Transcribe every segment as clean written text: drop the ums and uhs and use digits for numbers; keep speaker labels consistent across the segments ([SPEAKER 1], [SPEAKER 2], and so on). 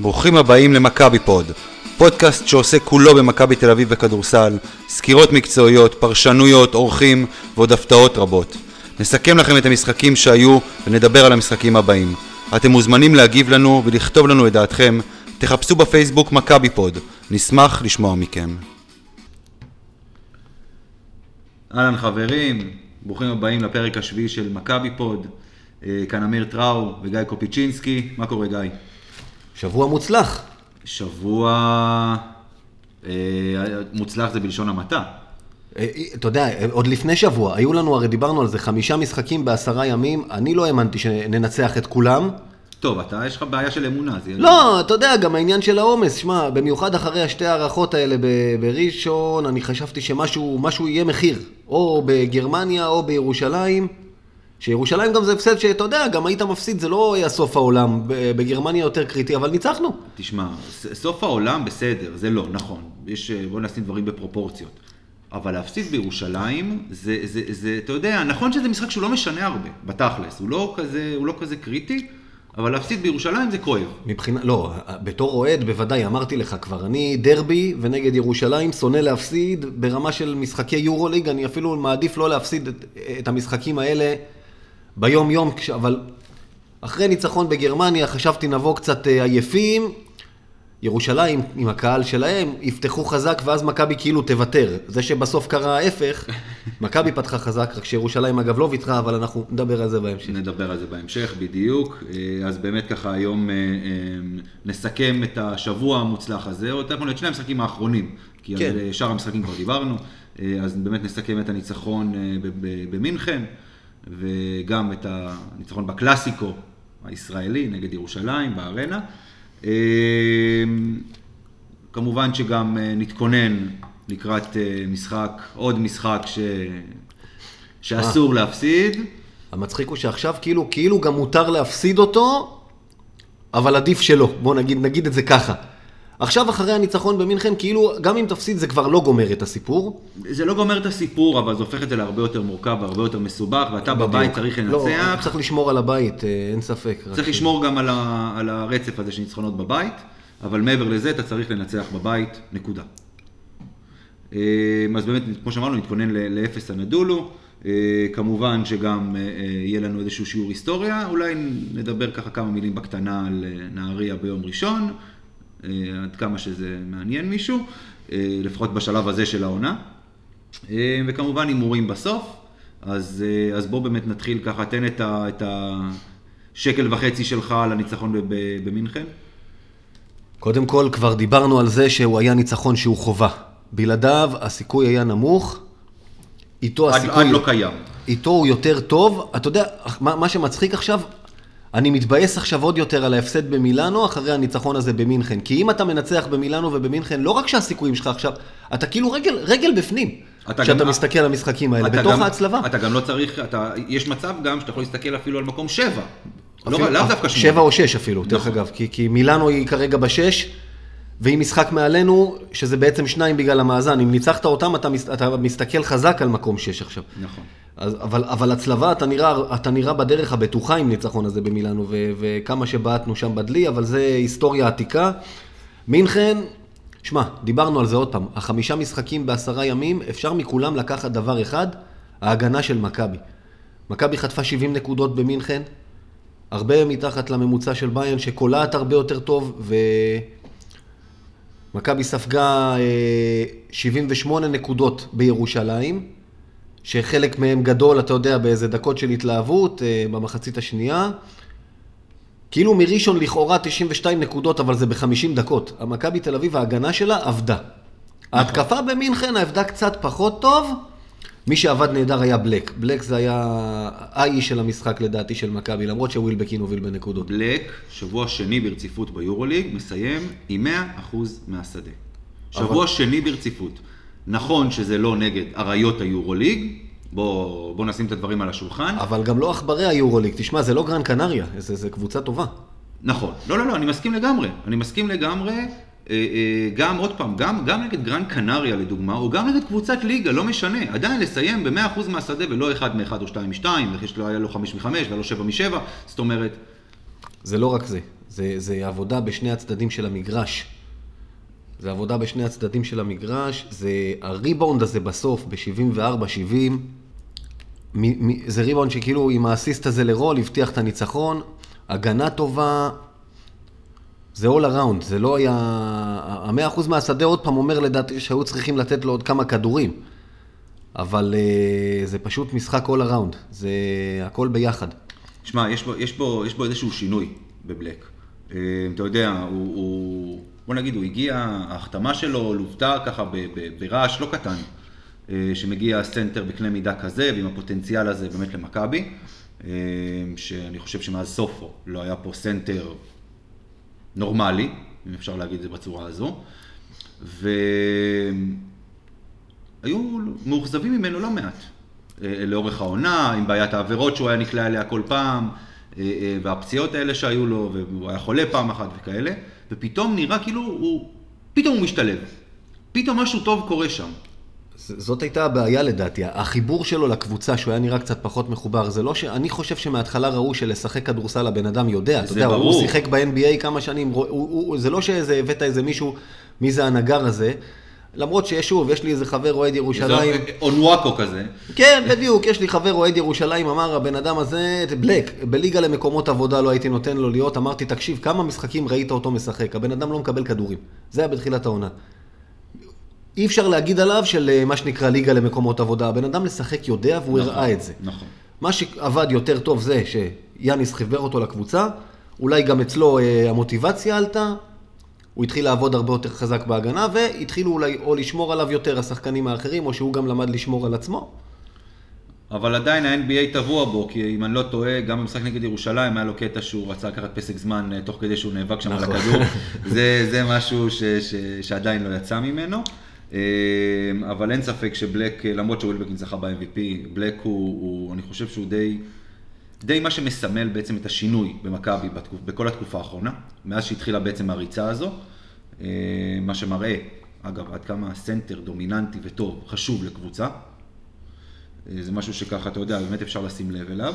[SPEAKER 1] ברוכים הבאים למכבי פוד, פודקאסט שעושה כולו במכבי תל אביב בכדורסל, סקירות מקצועיות, פרשנויות, אורחים ועוד הפתעות רבות. נסכם לכם את המשחקים שהיו ונדבר על המשחקים הבאים. אתם מוזמנים להגיב לנו ולכתוב לנו את דעתכם. תחפשו בפייסבוק מכבי פוד, נשמח לשמוע מכם. אהלן חברים, ברוכים הבאים לפרק השביעי של מכבי פוד. כאן אמיר טראו וגיא קופיצ'ינסקי. מה קורה גיא?
[SPEAKER 2] שבוע מוצלח.
[SPEAKER 1] שבוע מוצלח זה בלשון המעטה.
[SPEAKER 2] אתה יודע, עוד לפני שבוע, היו לנו, הרי דיברנו על זה, 5 משחקים ב10 ימים, אני לא האמנתי שננצח את כולם.
[SPEAKER 1] טוב, יש לך בעיה של אמונה.
[SPEAKER 2] לא, אתה יודע, גם העניין של העומס, שמע, במיוחד אחרי השתי הערכות האלה בראשון, אני חשבתי שמשהו יהיה מחיר, או בגרמניה או בירושלים, שירושלים גם זה הפסד שאתה יודע, גם היית מפסיד, זה לא היה סוף העולם, בגרמניה יותר קריטי, אבל ניצחנו.
[SPEAKER 1] תשמע, סוף העולם בסדר, זה לא, נכון, בוא נשים דברים בפרופורציות. אבל להפסיד בירושלים, זה, אתה יודע, נכון שזה משחק שהוא לא משנה הרבה, בתכלס, הוא לא כזה קריטי, אבל להפסיד בירושלים זה כואב.
[SPEAKER 2] לא, בתור אוהד בוודאי, אמרתי לך כבר, אני דרבי ונגד ירושלים, שונא להפסיד ברמה של משחקי יורוליג, אני אפילו מעדיף לא להפסיד את המשחקים האלה ביום יום, אבל אחרי ניצחון בגרמניה חשבתי נבוא קצת עייפים, ירושלים עם הקהל שלהם יפתחו חזק ואז מכבי כאילו תוותר. זה שבסוף קרה ההפך, מכבי פתחה חזק, רק שירושלים אגב לא ויתרה, אבל אנחנו נדבר על זה בהמשך.
[SPEAKER 1] נדבר על זה בהמשך, בדיוק. אז באמת ככה היום נסכם את השבוע המוצלח הזה, או אנחנו את שני המשחקים האחרונים, כי כן. על שאר המשחקים כבר דיברנו, אז באמת נסכם את הניצחון במינכן, וגם את הניצחון בקלאסיקו הישראלי נגד ירושלים בארנה. כמובן שגם נתכונן לקראת עוד משחק שאסור להפסיד.
[SPEAKER 2] המצחיק הוא שעכשיו כאילו גם מותר להפסיד אותו, אבל עדיף שלא. בוא נגיד את זה ככה. עכשיו אחרי הניצחון במינכן, כאילו גם אם תפסיד זה כבר לא גומר את הסיפור.
[SPEAKER 1] זה לא גומר את הסיפור, אבל זה הופך את זה להרבה יותר מורכב והרבה יותר מסובך, ואתה בבית צריך לנצח.
[SPEAKER 2] לא, צריך לשמור על הבית, אין ספק.
[SPEAKER 1] צריך לשמור גם על הרצף הזה של ניצחונות בבית, אבל מעבר לזה אתה צריך לנצח בבית, נקודה. אז באמת, כמו שאמרנו, נתכונן לאפס הנדולו. כמובן שגם יהיה לנו איזשהו שיעור היסטוריה, אולי נדבר ככה כמה מילים בקטנה על נהריה ביום ראשון, עד כמה שזה מעניין מישהו, לפחות בשלב הזה של העונה. וכמובן הימורים בסוף, אז בוא באמת נתחיל ככה, תן את השקל וחצי שלך על הניצחון במינכן.
[SPEAKER 2] קודם כל כבר דיברנו על זה שהוא היה ניצחון שהוא חובה. בלעדיו הסיכוי היה נמוך, איתו הסיכוי...
[SPEAKER 1] עד לא קיים.
[SPEAKER 2] איתו הוא יותר טוב. אתה יודע, מה שמצחיק עכשיו, אני מתבאס עכשיו עוד יותר על ההפסד במילאנו אחרי הניצחון הזה במינכן. כי אם אתה מנצח במילאנו ובמינכן, לא רק שהסיכויים שלך עכשיו, אתה כאילו רגל בפנים. כשאתה מסתכל על המשחקים האלה, בתוך ההצלבה.
[SPEAKER 1] אתה גם לא צריך, יש מצב גם שאתה יכול להסתכל אפילו על מקום 7. לאו דווקא
[SPEAKER 2] 7 או 6 אפילו, דרך אגב. כי מילאנו היא כרגע ב6, והיא משחק מעלינו, שזה בעצם 2 בגלל המאזן. אם ניצחת אותם, אתה מסתכל חזק על מקום 6 עכשיו.
[SPEAKER 1] נכון.
[SPEAKER 2] אבל הצלבה, אתה נראה בדרך הבטוחה עם ניצחון הזה במילאנו, וכמה שבעטנו שם בדלי, אבל זה היסטוריה עתיקה. מינכן, שמע, דיברנו על זה עוד פעם, 5 משחקים ב10 ימים, אפשר מכולם לקחת דבר אחד, ההגנה של מכבי. מכבי חטפה 70 נקודות במינכן, הרבה מתחת לממוצע של ביירן, שקולעת הרבה יותר טוב, מכבי ספגה 78 נקודות בירושלים, שחלק מהם גדול, אתה יודע, באיזה דקות של התלהבות, במחצית השנייה. כאילו מראשון לכאורה 92 נקודות, אבל זה ב50 דקות. המכבי תל אביב, ההגנה שלה עבדה. ההתקפה במינכן עבדה קצת פחות טוב. מי שעבד נהדר היה בלק. בלק זה היה האי של המשחק לדעתי של מכבי, למרות שווילבקין הוביל בנקודות.
[SPEAKER 1] בלק, שבוע שני ברציפות ביורוליג, מסיים עם 100% מהשדה. שבוע שני ברציפות. נכון שזה לא נגד אריות היורוליג, בוא נשים את הדברים על השולחן.
[SPEAKER 2] אבל גם לא אחברי היורוליג, תשמע, זה לא גרן קנריה, זה קבוצה טובה.
[SPEAKER 1] נכון, לא, אני מסכים לגמרי, גם עוד פעם, גם נגד גרן קנריה לדוגמה, או גם נגד קבוצת ליגה, לא משנה, עדיין לסיים ב100% מהשדה, ולא 1 מ-1 או 2 מ-2, ויש לו 5 מ-5 ולא 7 מ-7, זאת אומרת...
[SPEAKER 2] זה לא רק זה. זה עבודה בשני הצדדים של המגרש. זה עבודה בשני הצדדים של המגרש, זה הריבאונד הזה בסוף, ב-74-70, זה ריבאונד שכאילו עם האסיסט הזה לרול, הבטיח את הניצחון, הגנה טובה, זה all around, זה לא היה... 100% מהשדה עוד פעם אומר לדעתי שהיו צריכים לתת לו עוד כמה כדורים, אבל זה פשוט משחק all around, זה הכל ביחד.
[SPEAKER 1] שמע, יש בו איזשהו שינוי בבלק. אתה יודע, בוא נגיד, הוא הגיע, ההחתמה שלו לובטה ככה ברעש לא קטן, שמגיע סנטר בקנה מידה כזה, ועם הפוטנציאל הזה באמת למכבי, שאני חושב שמאז סופו לא היה פה סנטר נורמלי, אם אפשר להגיד את זה בצורה הזו, והיו מאוכזבים ממנו לא מעט, לאורך העונה, עם בעיית העבירות שהוא היה נקלע אליה כל פעם, והפציעות האלה שהיו לו, והוא היה חולה פעם אחת וכאלה, ופתאום נראה כאילו פתאום הוא משתלב. פתאום משהו טוב קורה שם.
[SPEAKER 2] זאת הייתה הבעיה לדעתי. החיבור שלו לקבוצה, שהוא היה נראה קצת פחות מחובר, זה לא אני חושב שמההתחלה ראו שלשחק כדורסל הבן אדם יודע. אתה יודע, הוא שיחק ב-NBA כמה שנים, זה לא שהבאת איזה מישהו, מי זה הנגר הזה, למרות ששוב, יש לי איזה חבר אוהד ירושלים.
[SPEAKER 1] זה אונוואקו כזה.
[SPEAKER 2] כן, בדיוק, יש לי חבר אוהד ירושלים, אמר, הבן אדם הזה, בלק, בליגה למקומות עבודה לא הייתי נותן לו להיות, אמרתי, תקשיב, כמה משחקים ראית אותו משחק? הבן אדם לא מקבל כדורים. זה היה בתחילת העונה. אי אפשר להגיד עליו של מה שנקרא ליגה למקומות עבודה. הבן אדם לשחק יודע והוא הראה את זה.
[SPEAKER 1] נכון.
[SPEAKER 2] מה שעבד יותר טוב זה שיאניס חיבר אותו לקבוצה, אולי גם אצלו המוטיבציה עלתה, הוא התחיל לעבוד הרבה יותר חזק בהגנה, והתחילו אולי או לשמור עליו יותר השחקנים האחרים, או שהוא גם למד לשמור על עצמו.
[SPEAKER 1] אבל עדיין ה-NBA טבוע בו, כי אם אני לא טועה, גם במשחק נגד ירושלים היה לו קטע שהוא רצה לקחת פסק זמן תוך כדי שהוא נאבק שם על הכדור. זה משהו שעדיין לא יצא ממנו. אבל אין ספק שבלק, למרות שווילבקין זכה ב-MVP, בלק הוא, אני חושב שהוא די מה שמסמל בעצם את השינוי במכבי בכל התקופה האחרונה, מאז שהתחילה בעצם הריצה הזו, מה שמראה, אגב, עד כמה הסנטר דומיננטי וטוב, חשוב לקבוצה, זה משהו שככה, אתה יודע, באמת אפשר לשים לב אליו,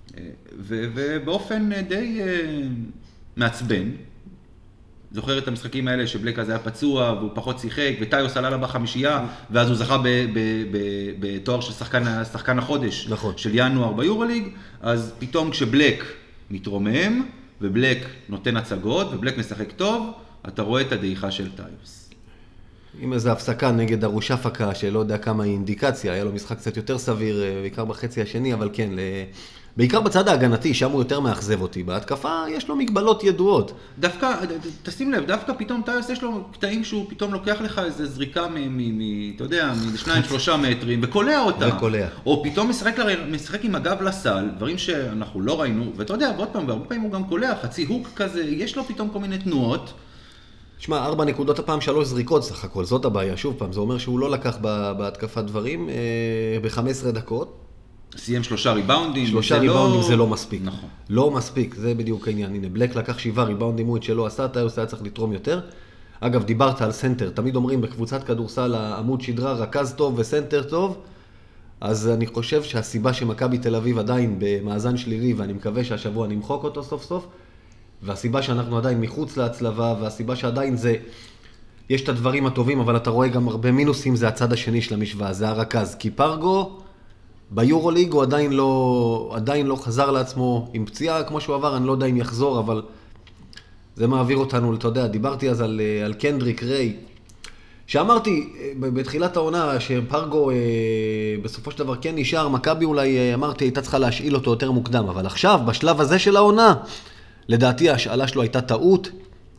[SPEAKER 1] ובאופן די מעצבן, זוכר את המשחקים האלה שבלק הזה היה פצוע והוא פחות שיחק, וטיוס עלה לה בחמישייה, ואז הוא זכה בתואר של שחקן החודש,
[SPEAKER 2] נכון.
[SPEAKER 1] של ינואר ביורוליג, אז פתאום כשבלק מתרומם, ובלק נותן הצגות, ובלק משחק טוב, אתה רואה את הדעיכה של טיוס.
[SPEAKER 2] עם איזו הפסקה נגד הרושפקה, שלא יודע כמה היא אינדיקציה, היה לו משחק קצת יותר סביר, בעיקר בחצי השני, אבל כן, בעיקר בצד ההגנתי, שם הוא יותר מאכזב אותי. בהתקפה יש לו מגבלות ידועות.
[SPEAKER 1] דווקא, תשים לב, דווקא פתאום טיוס יש לו קטעים שהוא פתאום לוקח לך איזו זריקה אתה יודע, מ2-3 מטרים, וקולע אותה.
[SPEAKER 2] וקולע.
[SPEAKER 1] או פתאום משחק עם הגב לסל, דברים שאנחנו לא ראינו, ואתה יודע, ועוד פעם, והרבה פעמים הוא גם קולע, חצי הוק כזה, יש לו פתאום כל מיני תנועות.
[SPEAKER 2] תשמע, 4 נקודות הפעם, 3 זריקות סך הכל, זאת הבעיה. שוב פעם, זה אומר שהוא לא לקח בהתקפת דברים ב-15 דקות.
[SPEAKER 1] סיים 3 ריבאונדים.
[SPEAKER 2] 3 ריבאונדים זה לא מספיק.
[SPEAKER 1] נכון.
[SPEAKER 2] לא מספיק, זה בדיוק העניין. הנה, בלק לקח 7 ריבאונדים, הוא את שלו עשה, טיוס היה צריך לתרום יותר. אגב, דיברת על סנטר, תמיד אומרים בקבוצת כדורסל, העמוד שדרה, רכז טוב וסנטר טוב, אז אני חושב שהסיבה שמכבי תל אביב עדיין במאזן שלילי, ואני מקווה שהשבוע נמחוק אותו סוף סוף, והסיבה שאנחנו עדיין מחוץ להצלבה, והסיבה שעדיין זה, יש את הדברים הטובים, אבל אתה רואה גם הרבה מינוסים, זה הצד השני של המשוואה, זה הרכז. כי פרגו, ביורוליג הוא עדיין לא חזר לעצמו עם פציעה, כמו שהוא עבר, אני לא יודע אם יחזור, אבל זה מעביר אותנו, אתה יודע, דיברתי אז על קנדריק ריי, שאמרתי בתחילת העונה שפרגו בסופו של דבר כן נשאר, מכבי אולי אמרתי הייתה צריכה להשאיל אותו יותר מוקדם, אבל עכשיו, בשלב הזה של העונה, לדעתי ההשאלה שלו הייתה טעות,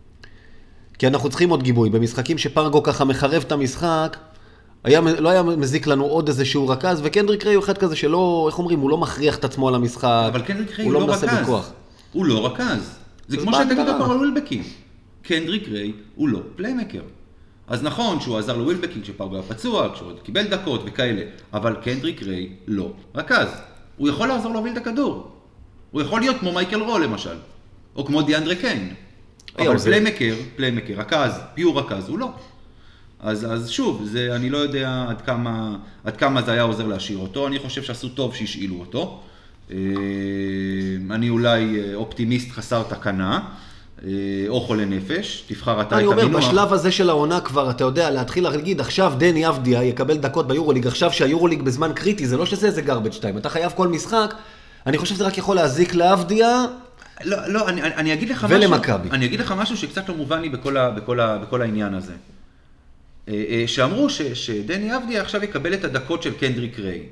[SPEAKER 2] כי אנחנו צריכים עוד גיבוי. במשחקים שפרגו ככה מחרב את המשחק, לא היה מזיק לנו עוד איזשהו רכז, וקנדריק ריי הוא אחד כזה שלא, איך אומרים, הוא לא מכריח את עצמו על המשחק.
[SPEAKER 1] אבל קנדריק ריי הוא לא רכז. הוא לא רכז. זה כמו שאתה כתוב פה על ווילבקין. קנדריק ריי הוא לא פליימקר. אז נכון שהוא עזר לווילבקין כשפרגו היה פצוע, כשהוא קיבל דקות וכאלה, אבל קנדריק ריי לא רכז. הוא יכול לעזור להוביל את הכדור. הוא יכול להיות כמו מייקל רו למשל. או כמו דיאנדרה קיין. אבל פליימקר, רכז, פיור רכז, הוא לא. אז שוב, אני לא יודע עד כמה זה היה עוזר להשאיר אותו. אני חושב שעשו טוב שהשאילו אותו. אני אולי אופטימיסט חסר תקנה. או חולה נפש, תבחר אתה את
[SPEAKER 2] אני
[SPEAKER 1] המינוח.
[SPEAKER 2] אומר, בשלב הזה של העונה כבר, אתה יודע, להתחיל להגיד, עכשיו דני אבדיה יקבל דקות ביורוליג, עכשיו שהיורוליג בזמן קריטי, זה לא שזה איזה garbage time, אתה חייב כל משחק, אני חושב שזה רק יכול להזיק לאבדיה,
[SPEAKER 1] לא, אני אגיד לך
[SPEAKER 2] ולמכבי.
[SPEAKER 1] אני אגיד לך משהו שקצת לא מובן לי בכל העניין הזה. שאמרו שדני אבדיה עכשיו יקבל את הדקות של קנדריק ריי.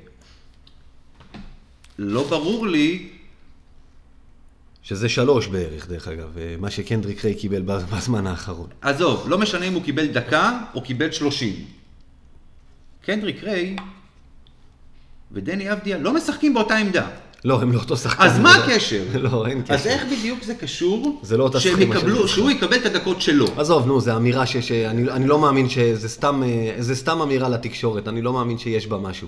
[SPEAKER 1] לא ברור לי...
[SPEAKER 2] שזה 3 בערך, דרך אגב, מה שקנדריק ריי קיבל בזמן האחרון.
[SPEAKER 1] עזוב, לא משנה אם הוא קיבל דקה או קיבל 30. קנדריק ריי ודני אבדיה לא משחקים באותה עמדה.
[SPEAKER 2] לא, הם לא אותו שחקן.
[SPEAKER 1] אז מה הקשר?
[SPEAKER 2] לא, אין קשר.
[SPEAKER 1] אז איך בדיוק זה קשור?
[SPEAKER 2] זה לא אותה סכימה
[SPEAKER 1] שהוא יקבל את הדקות שלו.
[SPEAKER 2] עזוב, נו, זה אמירה שאני לא מאמין זה סתם אמירה לתקשורת, אני לא מאמין שיש בה משהו.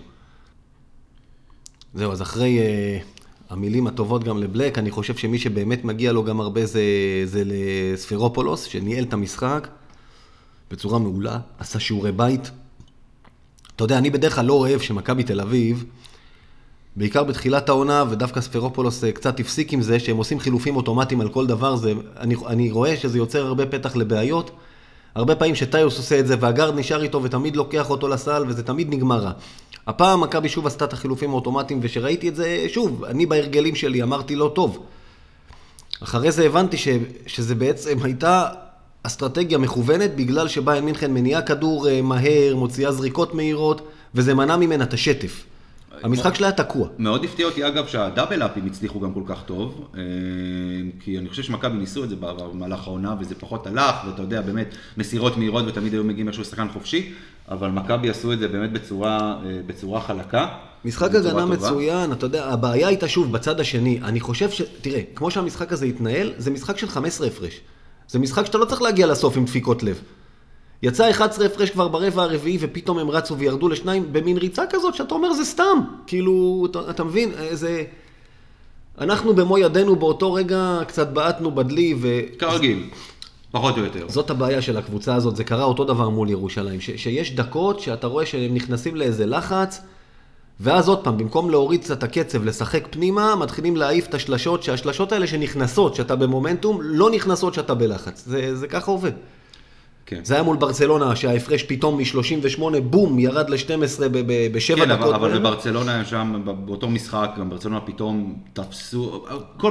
[SPEAKER 2] זהו, אז אחרי המילים הטובות גם לבלק, אני חושב שמי שבאמת מגיע לו גם הרבה זה לספירופולוס, שניהל את המשחק בצורה מעולה, עשה שיעורי בית. אתה יודע, אני בדרך כלל לא אוהב שמכבי תל אביב, בעיקר בתחילת העונה, ודווקא ספירופולוס קצת הפסיק עם זה, שהם עושים חילופים אוטומטיים על כל דבר, אני רואה שזה יוצר הרבה פתח לבעיות, הרבה פעמים שטיוס עושה את זה, והגארד נשאר איתו ותמיד לוקח אותו לסל, וזה תמיד נגמר רע. הפעם מכבי שוב עשתה את החילופים האוטומטיים, ושראיתי את זה, שוב, אני בהרגלים שלי אמרתי לא טוב. אחרי זה הבנתי שזה בעצם הייתה אסטרטגיה מכוונת, בגלל שביירן מינכן מניעה כדור מהר, מוציאה זריקות מהירות, וזה מנע ממנה את השטף. המשחק שלה היה תקוע.
[SPEAKER 1] מאוד הפתיע אותי אגב שהדאבל-אפים הצליחו גם כל כך טוב, כי אני חושב שמכבי ניסו את זה במהלך העונה וזה פחות הלך, ואתה יודע באמת מסירות מהירות ותמיד היו מגיעים איזשהו שחקן חופשי, אבל מכבי עשו את זה באמת בצורה חלקה.
[SPEAKER 2] משחק הגנה מצוין, אתה יודע, הבעיה הייתה שוב בצד השני, אני חושב תראה, כמו שהמשחק הזה התנהל, זה משחק של 15 הפרש. זה משחק שאתה לא צריך להגיע לסוף עם דפיקות לב. יצא 11 הפרש כבר ברבע הרביעי, ופתאום הם רצו וירדו לשניים, במין ריצה כזאת שאתה אומר זה סתם. כאילו, אתה מבין, אנחנו במו ידינו באותו רגע קצת בעטנו בדלי,
[SPEAKER 1] כרגיל, פחות או יותר.
[SPEAKER 2] זאת הבעיה של הקבוצה הזאת, זה קרה אותו דבר מול ירושלים, שיש דקות שאתה רואה שהם נכנסים לאיזה לחץ, ואז עוד פעם, במקום להוריד קצת הקצב, לשחק פנימה, מתחילים להעיף את השלשות, שהשלשות האלה שנכנסות, שאתה במומנטום, לא נכנסות שאתה בלחץ. זה ככה עובד.
[SPEAKER 1] כן.
[SPEAKER 2] זה היה מול ברצלונה, שההפרש פתאום מ-38, בום, ירד ל-12 ב-7
[SPEAKER 1] כן,
[SPEAKER 2] דקות.
[SPEAKER 1] אבל בברצלונה שם, באותו משחק, גם ברצלונה פתאום תפסו,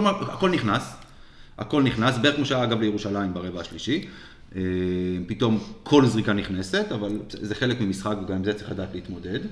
[SPEAKER 1] הכל נכנס, בערך כמו שהיה אגב לירושלים ברבע השלישי, פתאום כל זריקה נכנסת, אבל זה חלק ממשחק וגם עם זה צריך לדעת להתמודד.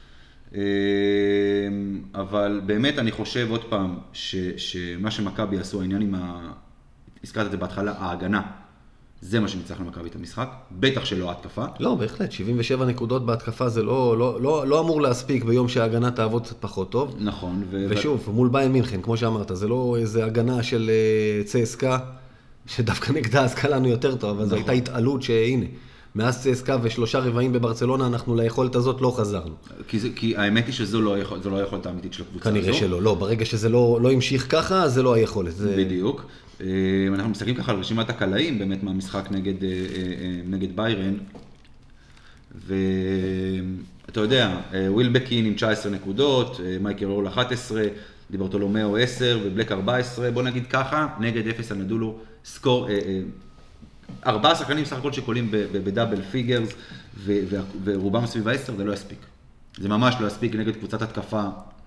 [SPEAKER 1] אבל באמת אני חושב עוד פעם, שמה שמכבי עשו, העניין עם הזכרת את זה בהתחלה, ההגנה. זה מה שניצח למכבי את המשחק, בטח שלא ההתקפה.
[SPEAKER 2] לא, בהחלט, 77 נקודות בהתקפה זה לא אמור להספיק ביום שההגנה תעבוד קצת פחות טוב.
[SPEAKER 1] נכון.
[SPEAKER 2] ושוב, מול ביירן מינכן, כמו שאמרת, זה לא איזה הגנה של צסקה, שדווקא נגדה אז קלענו יותר טוב, אבל זו הייתה התעלות שהנה, מאז צסקה ושלושה רבעים בברצלונה, אנחנו ליכולת הזאת לא חזרנו.
[SPEAKER 1] כי האמת היא שזו לא היכולת האמיתית של הקבוצה הזו.
[SPEAKER 2] כנראה שלא, לא, ברגע שזה לא המשיך ככה, זה לא היכולת.
[SPEAKER 1] בדיוק. אנחנו מסתכלים ככה על רשימת הקלעים, באמת מהמשחק נגד ביירן, ואתה יודע, וויל בקין עם 19 נקודות, מייקל רול 11, דיברטולומיאו 10 ובלק 14, בוא נגיד ככה, נגד אפס אנדולו, סקור, 4 שחקנים סך הכל שקולים בדאבל פיגרס, ורובם סביב 10, זה לא יספיק. זה ממש לא יספיק נגד קבוצת התקפה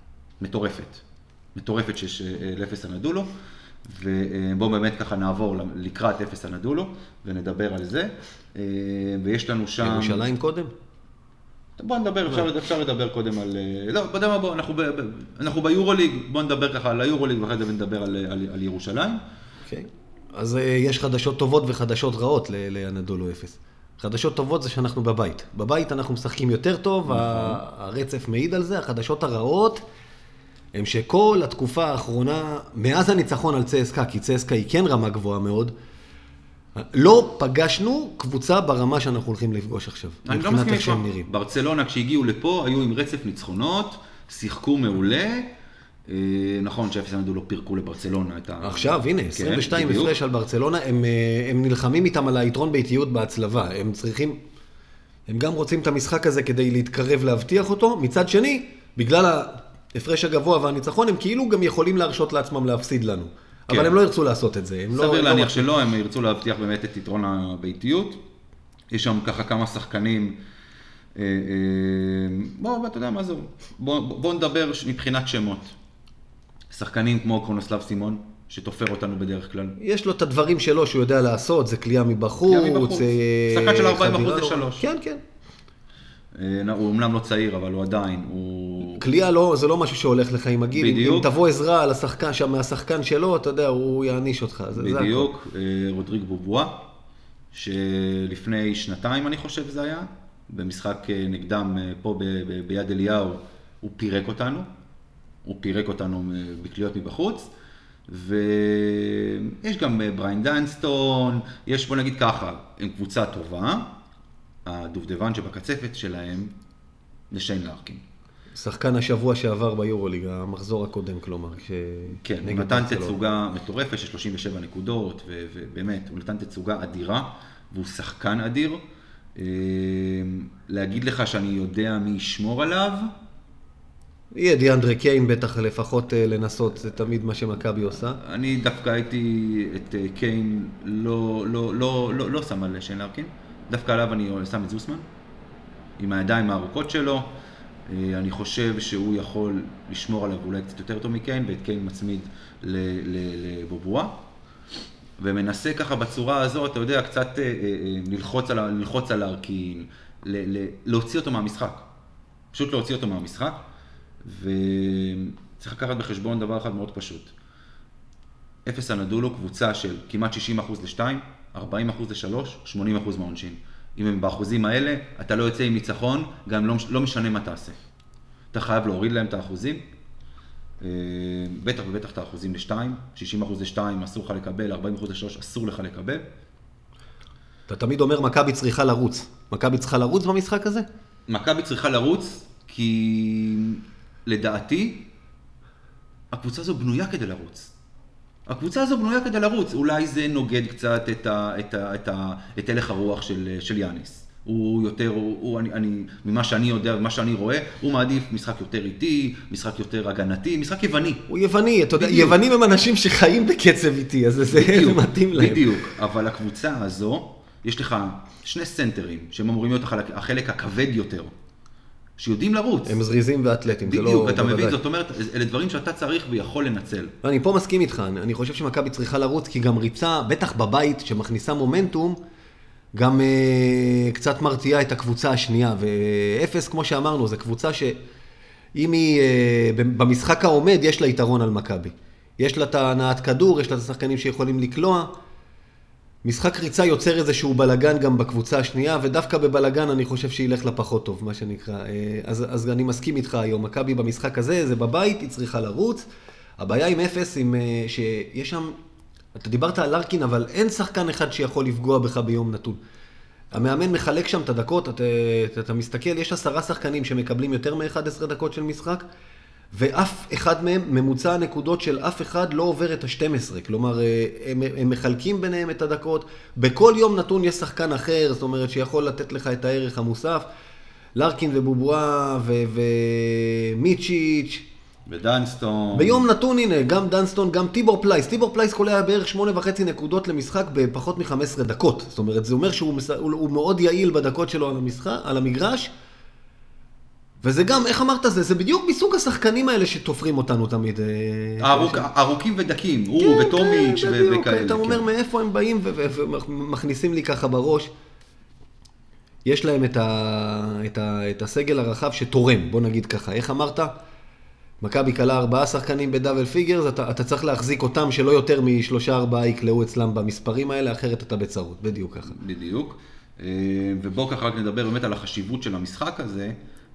[SPEAKER 1] מטורפת שיש לאפס אנדולו. ובואו באמת ככה נעבור לקראת אפס אנדולו ונדבר על זה. ויש לנו שם...
[SPEAKER 2] ירושלים קודם?
[SPEAKER 1] בואו נדבר, אפשר לדבר קודם על... לא, בוא נדבר, אנחנו ביורוליג, בואו נדבר ככה על היורוליג ואחרי זה נדבר על ירושלים.
[SPEAKER 2] אוקיי. אז יש חדשות טובות וחדשות רעות לאנדולו אפס. חדשות טובות זה שאנחנו בבית. בבית אנחנו משחקים יותר טוב, הרצף מעיד על זה. החדשות הרעות הם שכל התקופה האחרונה, מאז הניצחון על צסקה, כי צסקה היא כן רמה גבוהה מאוד, לא פגשנו קבוצה ברמה שאנחנו הולכים לפגוש עכשיו.
[SPEAKER 1] אני לא מסכים איתך. ברצלונה כשהגיעו לפה היו עם רצף ניצחונות, שיחקו מעולה, נכון שאפס אנדולו פירקו לברצלונה את ה...
[SPEAKER 2] עכשיו, הנה, 22 הפרש על ברצלונה, הם נלחמים איתם על היתרון באיטיות בהצלבה, הם גם רוצים את המשחק הזה כדי להתקרב להבטיח אותו, מצד שני, בגלל ההפרש הגבוה והניצחון, הם כאילו גם יכולים להרשות לעצמם להפסיד לנו. אבל הם לא ירצו לעשות את זה.
[SPEAKER 1] סביר להניח שלא, הם ירצו להבטיח באמת את יתרון הביתיות. יש שם ככה כמה שחקנים, אתה יודע מה זהו, בוא נדבר מבחינת שמות. שחקנים כמו קרונוסלב סימון, שתופר אותנו בדרך כלל.
[SPEAKER 2] יש לו את הדברים שלו שהוא יודע לעשות, זה קליעה מבחוץ.
[SPEAKER 1] שחקן של 40% זה 3.
[SPEAKER 2] כן, כן.
[SPEAKER 1] הוא אמנם לא צעיר, אבל הוא עדיין,
[SPEAKER 2] קליעה לא, זה לא משהו שהולך לך עם הגיל.
[SPEAKER 1] בדיוק.
[SPEAKER 2] אם תבוא עזרה על השחקן, שם מהשחקן שלו, אתה יודע, הוא יעניש אותך.
[SPEAKER 1] בדיוק. רודריג בובואה, שלפני 2 אני חושב זה היה, במשחק נגדם פה ביד אליהו, הוא פירק אותנו. הוא פירק אותנו בקליות מבחוץ. ויש גם בריין דנסטון, יש בוא נגיד ככה, הם קבוצה טובה, הדובדבן שבקצפת שלהם זה שיין לארקין.
[SPEAKER 2] שחקן השבוע שעבר ביורוליג, המחזור הקודם כלומר.
[SPEAKER 1] כן, הוא נתן תצוגה מטורפת של 37 נקודות, ובאמת, הוא נתן תצוגה אדירה, והוא שחקן אדיר. להגיד לך שאני יודע מי ישמור עליו,
[SPEAKER 2] יהיה דיאנדרה קיין בטח לפחות לנסות, זה תמיד מה שמכבי עושה.
[SPEAKER 1] אני דווקא הייתי את קיין לא שם על שיין לארקין, דווקא עליו אני שם את זוסמן, עם הידיים הארוכות שלו, אני חושב שהוא יכול לשמור עליו אולי קצת יותר טוב מקיין, ואת קיין מצמיד לבובואה, ומנסה ככה בצורה הזו, אתה יודע, קצת ללחוץ על לארקין, להוציא אותו מהמשחק, פשוט להוציא אותו מהמשחק, וצריך לקחת בחשבון דבר אחד מאוד פשוט. אפס אנדולו קבוצה של כמעט 60% ל-2, 40% ל-3, 80% מהעונשין. אם הם באחוזים האלה, אתה לא יוצא עם ניצחון, גם לא משנה מה תעשה. אתה חייב להוריד להם את האחוזים, בטח ובטח את האחוזים ל-2, 60% ל-2 אסור לך לקבל, 40% ל-3 אסור לך לקבל.
[SPEAKER 2] אתה תמיד אומר מכבי צריכה לרוץ. מכבי צריכה לרוץ במשחק הזה?
[SPEAKER 1] מכבי צריכה לרוץ, כי לדעתי, הקבוצה הזו בנויה כדי לרוץ. הקבוצה הזו בנויה כדי לרוץ. אולי זה נוגד קצת את הלך הרוח של יאניס. הוא יותר, ממה שאני יודע ומה שאני רואה, הוא מעדיף משחק יותר איטי, משחק יותר הגנתי, משחק יווני.
[SPEAKER 2] הוא יווני, אתה יודע, יוונים הם אנשים שחיים בקצב איטי, אז זה מתאים להם.
[SPEAKER 1] בדיוק, אבל הקבוצה הזו, יש לך 2 סנטרים, שהם אמורים להיות החלק הכבד יותר. שיודעים לרוץ.
[SPEAKER 2] הם זריזים ואתלטים, זה לא...
[SPEAKER 1] בדיוק, אתה מבין, זאת אומרת, אלה דברים שאתה צריך ויכול לנצל.
[SPEAKER 2] אני פה מסכים איתך, אני חושב שמכבי צריכה לרוץ, כי גם ריצה, בטח בבית, שמכניסה מומנטום, גם קצת מרתיעה את הקבוצה השנייה, ואפס, כמו שאמרנו, זו קבוצה שאם היא במשחק העומד, יש לה יתרון על מכבי. יש לה את הנעת כדור, יש לה את השחקנים שיכולים לקלוע, משחק ריצה יוצר איזשהו בלגן גם בקבוצה השנייה, ודווקא בבלגן אני חושב שילך לה פחות טוב, מה שנקרא. אז אני מסכים איתך היום, מכבי במשחק הזה, זה בבית, היא צריכה לרוץ. הבעיה עם אפס, שיש שם, אתה דיברת על לארקין, אבל אין שחקן אחד שיכול לפגוע בך ביום נתון. המאמן מחלק שם את הדקות, אתה מסתכל, יש 10 שחקנים שמקבלים יותר מ-11 דקות של משחק, ואף אחד מהם, ממוצע הנקודות של אף אחד לא עובר את ה-12, כלומר, הם מחלקים ביניהם את הדקות, בכל יום נתון יש שחקן אחר, זאת אומרת שיכול לתת לך את הערך המוסף, לארקין ובובואה ומיצ'יץ'
[SPEAKER 1] ודנסטון.
[SPEAKER 2] ביום נתון, הנה, גם דנסטון, גם טיבור פלייס קולע בערך 8.5 נקודות למשחק בפחות מ-15 דקות, זאת אומרת, זה אומר שהוא מאוד יעיל בדקות שלו על המגרש, וזה גם, איך אמרת, זה בדיוק מסוג השחקנים האלה שתופרים אותנו תמיד.
[SPEAKER 1] ארוכים ודקים, הוא וטומיץ' וכאלה.
[SPEAKER 2] אתה אומר מאיפה הם באים ומכניסים לי ככה בראש. יש להם את הסגל הרחב שתורם, בוא נגיד ככה. איך אמרת? מכבי קלה 4 שחקנים בדאבל פיגרס, אתה צריך להחזיק אותם שלא יותר מ3-4 יקלעו אצלם במספרים האלה, אחרת אתה בצרות, בדיוק ככה.
[SPEAKER 1] בדיוק. ובואו ככה רק נדבר באמת על החשיבות של המשחק הזה.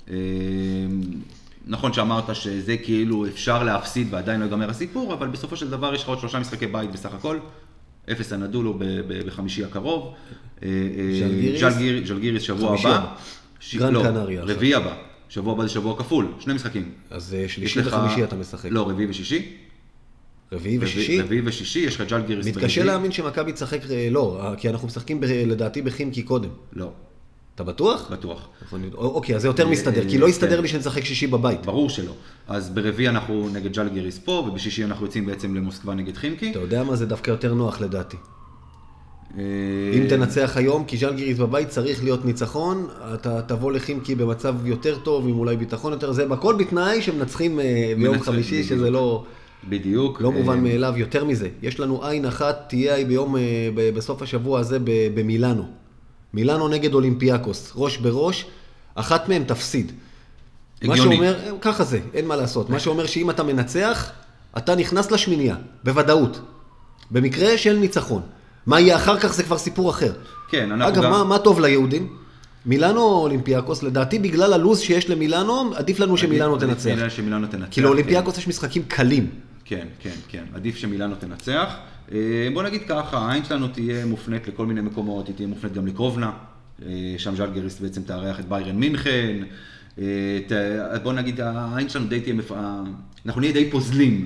[SPEAKER 1] נכון שאמרת שזה כאילו אפשר להפסיד ועדיין לא יגמר הסיפור, אבל בסופו של דבר יש לך עוד 3 משחקי בית בסך הכל, אפס אנדולו בחמישי הקרוב, ז'לגיריס שבוע הבא,
[SPEAKER 2] גרן קנריה,
[SPEAKER 1] רביעי הבא, שבוע הבא זה שבוע כפול, 2 משחקים.
[SPEAKER 2] אז שלישי וחמישי אתה משחק.
[SPEAKER 1] לא, רביעי ושישי. רביעי ושישי, יש לך ז'לגיריס ברביעי.
[SPEAKER 2] מתקשה להאמין שמכבי תשחק, לא, כי אנחנו משחקים לדעתי בחימקי קודם.
[SPEAKER 1] לא.
[SPEAKER 2] אתה בטוח?
[SPEAKER 1] בטוח.
[SPEAKER 2] אוקיי, אז זה יותר מסתדר, כי לא יסתדר לי שנשחק שישי בבית.
[SPEAKER 1] ברור שלא. אז ברביעי אנחנו נגד ז'לגיריס פה, ובשישי אנחנו יוצאים בעצם למוסקבה נגד חימקי.
[SPEAKER 2] אתה יודע מה? זה דווקא יותר נוח לדעתי. אם תנצח היום, כי ז'לגיריס בבית צריך להיות ניצחון, אתה תבוא לחימקי במצב יותר טוב, עם אולי ביטחון יותר, זה בכל בתנאי שמנצחים ביום חמישי, שזה לא...
[SPEAKER 1] בדיוק.
[SPEAKER 2] לא מובן מאליו, יותר מזה. יש לנו עין אחת, תהיה בסוף השבוע הזה במילאנו. מילאנו נגד אולימפיאקוס, ראש בראש, אחת מהם תפסיד.
[SPEAKER 1] הגיוני.
[SPEAKER 2] מה שאומר, ככה זה, אין מה לעשות. מה שאומר שאם אתה מנצח, אתה נכנס לשמיניה, בוודאות. במקרה של ניצחון. מה יהיה אחר כך זה כבר סיפור אחר.
[SPEAKER 1] כן, אנחנו
[SPEAKER 2] אגב,
[SPEAKER 1] גם...
[SPEAKER 2] מה טוב ליהודים? מילאנו או אולימפיאקוס, לדעתי בגלל הלוז שיש למילאנו, עדיף לנו שמילאנו תנצח.
[SPEAKER 1] עדיף שמילאנו תנצח.
[SPEAKER 2] כי לאולימפיאקוס יש משחקים קלים.
[SPEAKER 1] כן, כן, כן. עדיף שמילאנו תנצח. בוא נגיד ככה, העין שלנו תהיה מופנית לכל מיני מקומות, היא תהיה מופנית גם לקרובנה, שם ז'לגיריס בעצם תארח את ביירן מינכן. בוא נגיד, העין שלנו די תהיה, אנחנו נהיה די פוזלים.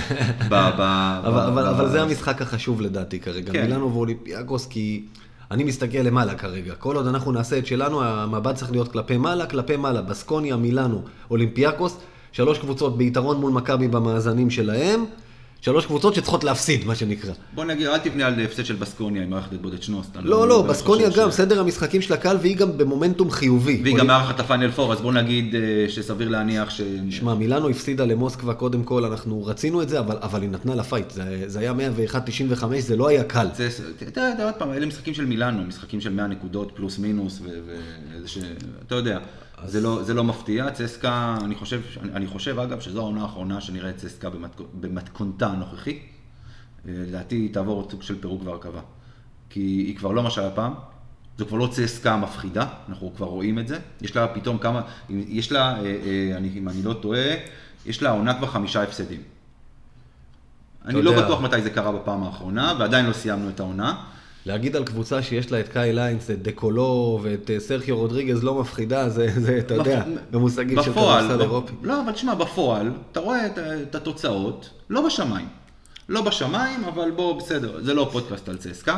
[SPEAKER 2] אבל זה המשחק החשוב לדעתי כרגע, מילאנו ואולימפיאקוס, כי אני מסתכל למעלה כרגע. כל עוד אנחנו נעשה את שלנו, המבט צריך להיות כלפי מעלה, בסקוניה, מילאנו, אולימפיאקוס, 3 קבוצות ביתרון מול מכבי במאזנים שלהם, 3 קבוצות שצריכות להפסיד, מה שנקרא.
[SPEAKER 1] בוא נגיד, אל תבנה על הפסד של בסקוניה עם מערכת בודד שנוסט.
[SPEAKER 2] לא, בסקוניה גם, סדר המשחקים של הקהל, והיא גם במומנטום חיובי.
[SPEAKER 1] והיא גם מארחת הפיינל פור, אז בוא נגיד שסביר להניח ש...
[SPEAKER 2] שמע, מילאנו הפסידה למוסקבה קודם כל, אנחנו רצינו את זה, אבל היא נתנה לפייט. זה היה 101-95, זה לא היה קל.
[SPEAKER 1] אתה יודע, עוד פעם, אלה משחקים של מילאנו, משחקים של 100 נקודות פלוס מינוס, אתה יודע, זה לא מפתיע. צסקה, אני חושב אגב שזו העונה האחרונה שנראה את צסקה במתכונתה הנוכחית. לדעתי היא תעבור סוג של פירוק והרכבה. כי היא כבר לא מה שהיה פעם, זו כבר לא צסקה מפחידה, אנחנו כבר רואים את זה. יש לה פתאום כמה, יש לה, אם אני לא טועה, יש לה עונה כבר 5 הפסדים. אני לא בטוח מתי זה קרה בפעם האחרונה, ועדיין לא סיימנו את העונה.
[SPEAKER 2] להגיד על קבוצה שיש לה את קאי ליינס, את דקולו ואת סרחיו רודריגז לא מפחידה, זה אתה יודע, במושגים של כדורסל אירופי.
[SPEAKER 1] לא, אבל תשמע, בפועל, אתה רואה את התוצאות, לא בשמיים. לא בשמיים, אבל בוא, בסדר, זה לא פודקאסט על צסקה.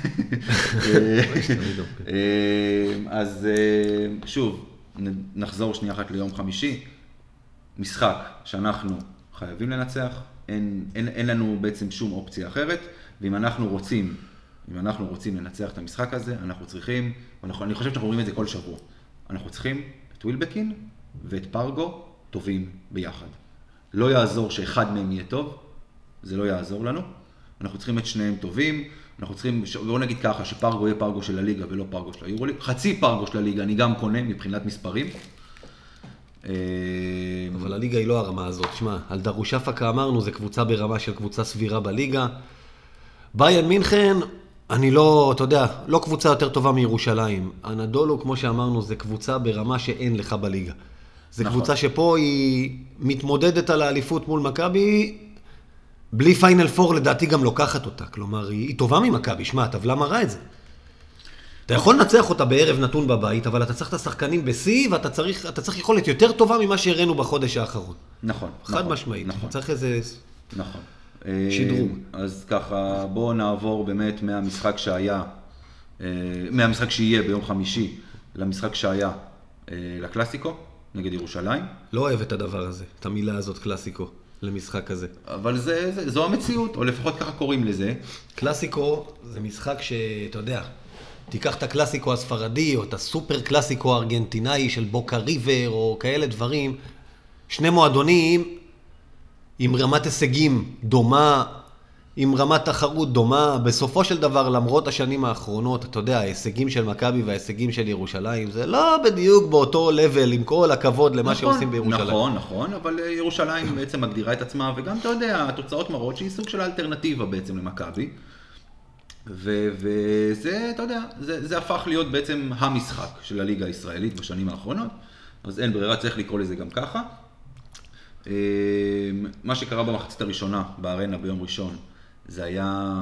[SPEAKER 1] אז שוב, נחזור שנייה אחת ליום חמישי. משחק שאנחנו חייבים לנצח, אין לנו בעצם שום אופציה אחרת, ואם אנחנו רוצים לנצח את המשחק הזה, אנחנו צריכים, אני חושב שאנחנו רואים את זה כל שבוע, אנחנו צריכים את ווילבקין ואת פרגו טובים ביחד. לא יעזור שאחד מהם יהיה טוב, זה לא יעזור לנו, אנחנו צריכים את שניהם טובים, אנחנו צריכים, בואו נגיד ככה, שפרגו יהיה פרגו של הליגה ולא פרגו של היורוליג, חצי פרגו של הליגה אני גם קונה מבחינת מספרים.
[SPEAKER 2] אבל הליגה היא לא הרמה הזאת, שמע, על דרושפקה אמרנו, זה קבוצה ברמה של קבוצה סבירה בליגה. ביירן מינכן, אני לא, אתה יודע, לא קבוצה יותר טובה מירושלים. אנדולו, כמו שאמרנו, זה קבוצה ברמה שאין לך בליגה. זה נכון. קבוצה שפה היא מתמודדת על האליפות מול מכבי, בלי פיינל פור לדעתי גם לוקחת אותה. כלומר, היא טובה ממכבי, שמע, הטבלה מראה את זה. אתה יכול לנצח אותה בערב נתון בבית, אבל אתה צריך את השחקנים ב-C, ואתה צריך יכולת יותר טובה ממה שהראינו בחודש האחרון.
[SPEAKER 1] נכון.
[SPEAKER 2] חד משמעית.
[SPEAKER 1] נכון.
[SPEAKER 2] צריך איזה...
[SPEAKER 1] נכון.
[SPEAKER 2] שדרוג.
[SPEAKER 1] אז ככה, בואו נעבור באמת מהמשחק שיהיה ביום חמישי, למשחק שהיה לקלאסיקו, נגד ירושלים.
[SPEAKER 2] לא אוהב את הדבר הזה, את המילה הזאת קלאסיקו, למשחק הזה.
[SPEAKER 1] אבל זו המציאות, או לפחות ככה קוראים לזה.
[SPEAKER 2] קלאסיקו זה משחק שאתה יודע, תיקח את הקלאסיקו הספרדי, או את הסופר קלאסיקו הארגנטינאי של בוקה ריבר, או כאלה דברים. שני מועדונים עם רמת הישגים דומה, עם רמת תחרות דומה. בסופו של דבר, למרות השנים האחרונות, אתה יודע, ההישגים של מכבי וההישגים של ירושלים, זה לא בדיוק באותו לבל, עם כל הכבוד למה שעושים בירושלים.
[SPEAKER 1] נכון, אבל ירושלים בעצם מגדירה את עצמה, וגם אתה יודע, התוצאות מראות שהיא סוג של האלטרנטיבה בעצם למכבי. וזה, אתה יודע, זה הפך להיות בעצם המשחק של הליגה הישראלית בשנים האחרונות, אז אין ברירה, צריך לקרוא לזה גם ככה. מה שקרה במחצית הראשונה בארנה ביום ראשון, זה היה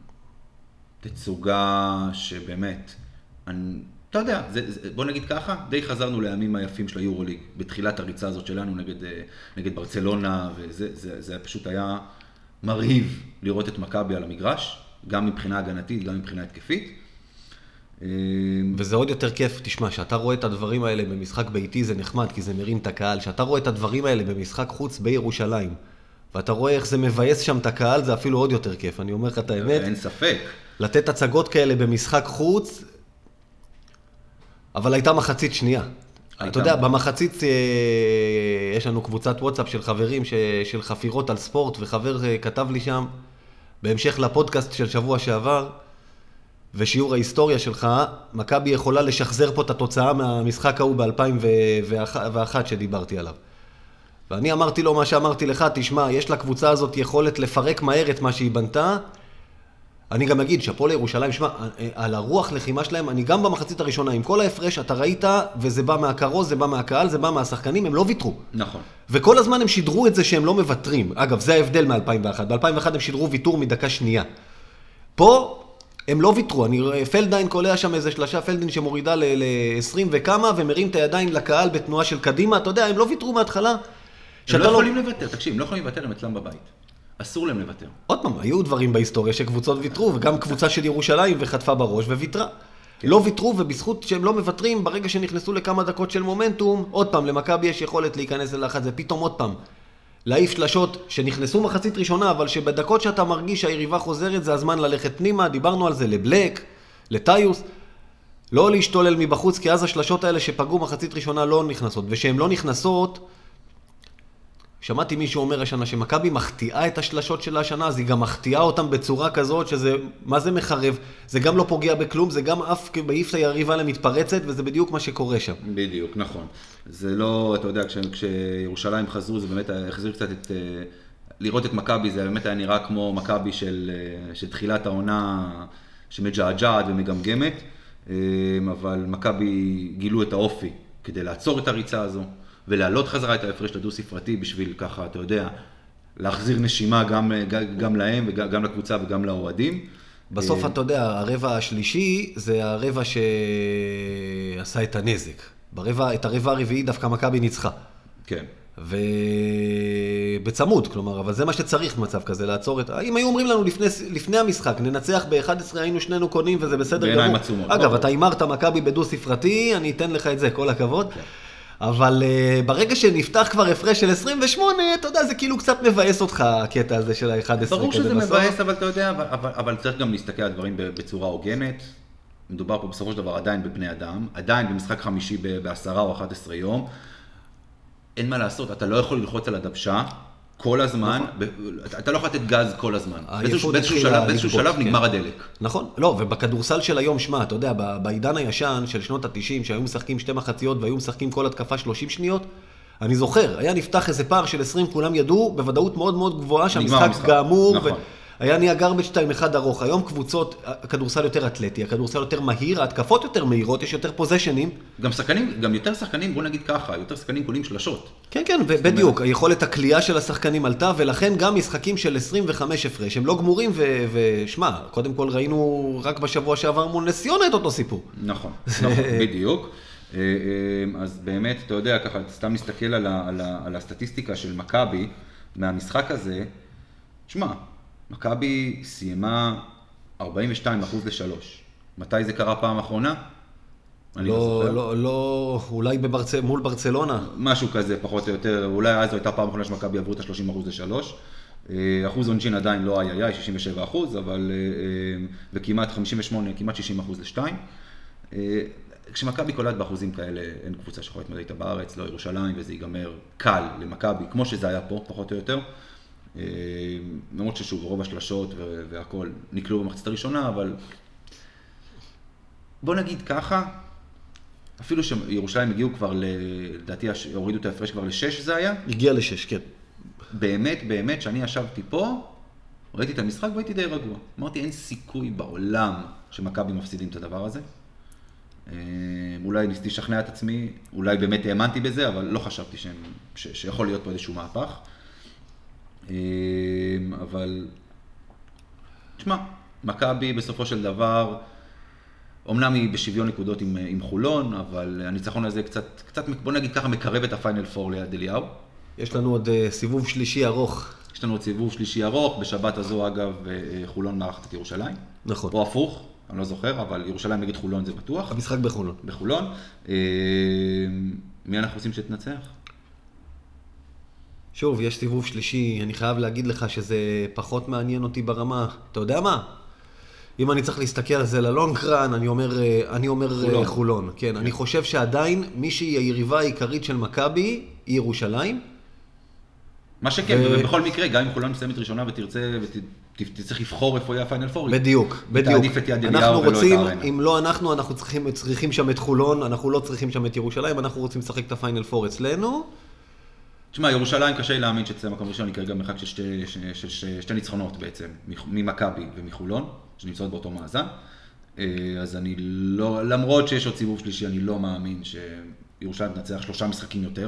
[SPEAKER 1] תצוגה שבאמת, אתה יודע, בוא נגיד ככה, די חזרנו לימים היפים של היורוליג, בתחילת הריצה הזאת שלנו נגד ברצלונה, וזה פשוט היה מרהיב לראות את מכבי על המגרש, גם מבחינה הגנתית, גם מבחינה התקפית.
[SPEAKER 2] וזה עוד יותר כיף, תשמע, שאתה רואה את הדברים האלה במשחק ביתי זה נחמד, כי זה מרים את הקהל, שאתה רואה את הדברים האלה במשחק חוץ בירושלים, ואתה רואה איך זה מבייס שם את הקהל, זה אפילו עוד יותר כיף, אני אומר לך את האמת.
[SPEAKER 1] אין ספק.
[SPEAKER 2] לתת הצגות כאלה במשחק חוץ, אבל הייתה מחצית שנייה. אתה יודע, במחצית יש לנו קבוצת וואטסאפ של חברים של חפירות על ספורט, וחבר כתב לי שם, בהמשך לפודקאסט של שבוע שעבר, ושיעור ההיסטוריה שלך, מכבי יכולה לשחזר פה את התוצאה מהמשחק ההוא ב-2001 שדיברתי עליו. ואני אמרתי לו מה שאמרתי לך, תשמע, יש לקבוצה הזאת יכולת לפרק מהר את מה שהיא בנתה, אני גם אגיד שהפועל ירושלים, שמע, על הרוח לחימה שלהם, אני גם במחצית הראשונה, עם כל ההפרש, אתה ראית, וזה בא מהקרוז, זה בא מהקהל, זה בא מהשחקנים, הם לא ויתרו.
[SPEAKER 1] נכון.
[SPEAKER 2] וכל הזמן הם שידרו את זה שהם לא מוותרים. אגב, זה ההבדל מ-2001. ב-2001 הם שידרו ויתור מדקה שנייה. פה הם לא ויתרו. פלדיין קולע שם איזה שלשה, פלדין שמורידה ל-20 וכמה, ומרים את הידיים לקהל בתנועה של קדימה. אתה יודע, הם לא ויתרו מההתחלה.
[SPEAKER 1] הם לא יכולים לוותר, תקשיב, הם לא יכולים לוותר, הם אצלם בבית. אסור להם לוותר.
[SPEAKER 2] עוד פעם, היו דברים בהיסטוריה שקבוצות ויתרו, וגם קבוצה של ירושלים וחטפה בראש וויתרה. לא ויתרו, ובזכות שהם לא מוותרים, ברגע שנכנסו לכמה דקות של מומנטום, עוד פעם, למכבי יש יכולת להיכנס ללחץ, זה פתאום עוד פעם. להעיף שלשות שנכנסו מחצית ראשונה, אבל שבדקות שאתה מרגיש שהיריבה חוזרת, זה הזמן ללכת פנימה, דיברנו על זה לבלק, לטיוס, לא להשתולל מבחוץ, כי אז השלשות האלה שפגעו מחצית ראשונה לא נכנסות, ושהן לא נכנסות, שמעתי מישהו אומר השנה שמכבי מחטיאה את השלשות של השנה, אז היא גם מחטיאה אותם בצורה כזאת שזה, מה זה מחרב? זה גם לא פוגע בכלום, זה גם אף בעיף היריבה למתפרצת, וזה בדיוק מה שקורה שם.
[SPEAKER 1] בדיוק, נכון. זה לא, אתה יודע, כשירושלים חזרו, זה באמת החזיר קצת את, לראות את מכבי, זה באמת היה נראה כמו מכבי של תחילת העונה שמג'עג'עת ומגמגמת, אבל מכבי גילו את האופי כדי לעצור את הריצה הזו. ולהעלות חזרה את ההפרש לדו ספרתי בשביל ככה, אתה יודע, להחזיר נשימה גם להם וגם לקבוצה וגם לאוהדים.
[SPEAKER 2] בסוף אתה יודע, הרבע השלישי זה הרבע שעשה את הנזק. את הרבע הרביעי דווקא מכבי ניצחה.
[SPEAKER 1] כן.
[SPEAKER 2] ובצמוד, כלומר, אבל זה מה שצריך במצב כזה, לעצור את... אם היו אומרים לנו לפני המשחק, ננצח ב-11, היינו שנינו קונים וזה בסדר גמור.
[SPEAKER 1] בעיניים עצומות.
[SPEAKER 2] אגב, אתה אמרת מכבי בדו ספרתי, אני אתן לך את זה, כל הכבוד. כן. אבל ברגע שנפתח כבר הפרש של 28, אתה יודע, זה כאילו קצת מבאס אותך, הקטע הזה של ה-11.
[SPEAKER 1] ברור שזה מבאס, אבל אתה יודע, אבל צריך גם להסתכל על דברים בצורה הוגנת. מדובר פה בסופו של דבר עדיין בבני אדם, עדיין במשחק חמישי ב10 או 11 יום. אין מה לעשות, אתה לא יכול ללחוץ על הדוושה כל הזמן, אתה לא יכול לתת גז כל הזמן. באיזשהו שלב נגמר הדלק.
[SPEAKER 2] נכון, לא, ובכדורסל של היום, שמה, אתה יודע, בעידן הישן של שנות ה-90, שהיו משחקים 2 מחציות והיו משחקים כל התקפה 30 שניות, אני זוכר, היה נפתח איזה פער של 20, כולם ידעו, בוודאות מאוד מאוד גבוהה, שהמשחק גאמור, היה נהיה גרבג' 2-1 ארוך. היום קבוצות, הכדורסל יותר אתלטי, הכדורסל יותר מהיר, ההתקפות יותר מהירות, יש יותר פוזיישנים.
[SPEAKER 1] גם יותר שחקנים, בוא נגיד ככה, יותר שחקנים קונים שלשות.
[SPEAKER 2] כן, כן, בדיוק. היכולת הקליעה של השחקנים עלתה, ולכן גם משחקים של 25 הפרש, הם לא גמורים, ושמע, קודם כל ראינו רק בשבוע שעבר מול נס ציונה את אותו סיפור.
[SPEAKER 1] נכון, בדיוק. אז באמת, אתה יודע, ככה, סתם נסתכל על הסטטיסטיקה של מכבי מהמשחק הזה, שמע, מכבי סיימה 42% ל3. מתי זה קרה פעם אחרונה?
[SPEAKER 2] לא, אולי מול ברצלונה.
[SPEAKER 1] משהו כזה, פחות או יותר. אולי אז הייתה פעם אחרונה שמכבי עברו את ה-30% ל3. אחוז עונשין עדיין לא היה, 67%, אבל, וכמעט 58, כמעט 60% ל2. כשמכבי קולט באחוזים כאלה, אין קבוצה שיכולה להתמודד איתה בארץ, לא ירושלים, וזה ייגמר קל למכבי, כמו שזה היה פה, פחות או יותר. למרות ששוב, רוב השלשות והכל נקלו במחצית הראשונה, אבל בוא נגיד ככה, אפילו שירושלים הגיעו כבר, לדעתי הורידו את ההפרש כבר ל6 זה היה?
[SPEAKER 2] הגיע ל6, כן.
[SPEAKER 1] באמת, שאני ישבתי פה, ראיתי את המשחק והייתי די רגוע. אמרתי, אין סיכוי בעולם שמכבי מפסידים את הדבר הזה. אולי ניסיתי לשכנע את עצמי, אולי באמת האמנתי בזה, אבל לא חשבתי שיכול להיות פה איזשהו מהפך. אבל, תשמע, מכבי בסופו של דבר, אומנם היא בשוויון נקודות עם חולון, אבל הניצחון הזה קצת, בוא נגיד ככה, מקרב את הפיינל פור ליד אליהו.
[SPEAKER 2] יש לנו עוד סיבוב שלישי ארוך.
[SPEAKER 1] יש לנו עוד סיבוב שלישי ארוך, בשבת הזו אגב חולון מארחת את ירושלים.
[SPEAKER 2] נכון.
[SPEAKER 1] או הפוך, אני לא זוכר, אבל ירושלים נגד חולון זה בטוח.
[SPEAKER 2] המשחק בחולון.
[SPEAKER 1] בחולון. מי אנחנו רוצים שתנצח?
[SPEAKER 2] שוב, יש סיבוב שלישי, אני חייב להגיד לך שזה פחות מעניין אותי ברמה. אתה יודע מה? אם אני צריך להסתכל על זה ללונגרן, אני אומר חולון. כן, אני חושב שעדיין מי שהיא היריבה העיקרית של מכבי היא ירושלים.
[SPEAKER 1] מה שכן, ובכל מקרה, גם אם חולון מסיימת ראשונה ותרצה ותצטרך לבחור איפה יהיה הפיינל פור.
[SPEAKER 2] בדיוק.
[SPEAKER 1] תעדיף את יד אליהו ולא את הארנה.
[SPEAKER 2] אם לא אנחנו צריכים שם את חולון, אנחנו לא צריכים שם את ירושלים, אנחנו רוצים לשחק את הפיינל פור אצלנו.
[SPEAKER 1] תשמע, ירושלים קשה להאמין שתצא מקום ראשון, היא כרגע מרחק של שתי ניצחונות בעצם, ממכבי ומחולון, שנמצאות באותו מאזן. אז אני לא, למרות שיש עוד סיבוב שלישי, אני לא מאמין שירושלים תנצח 3 משחקים יותר.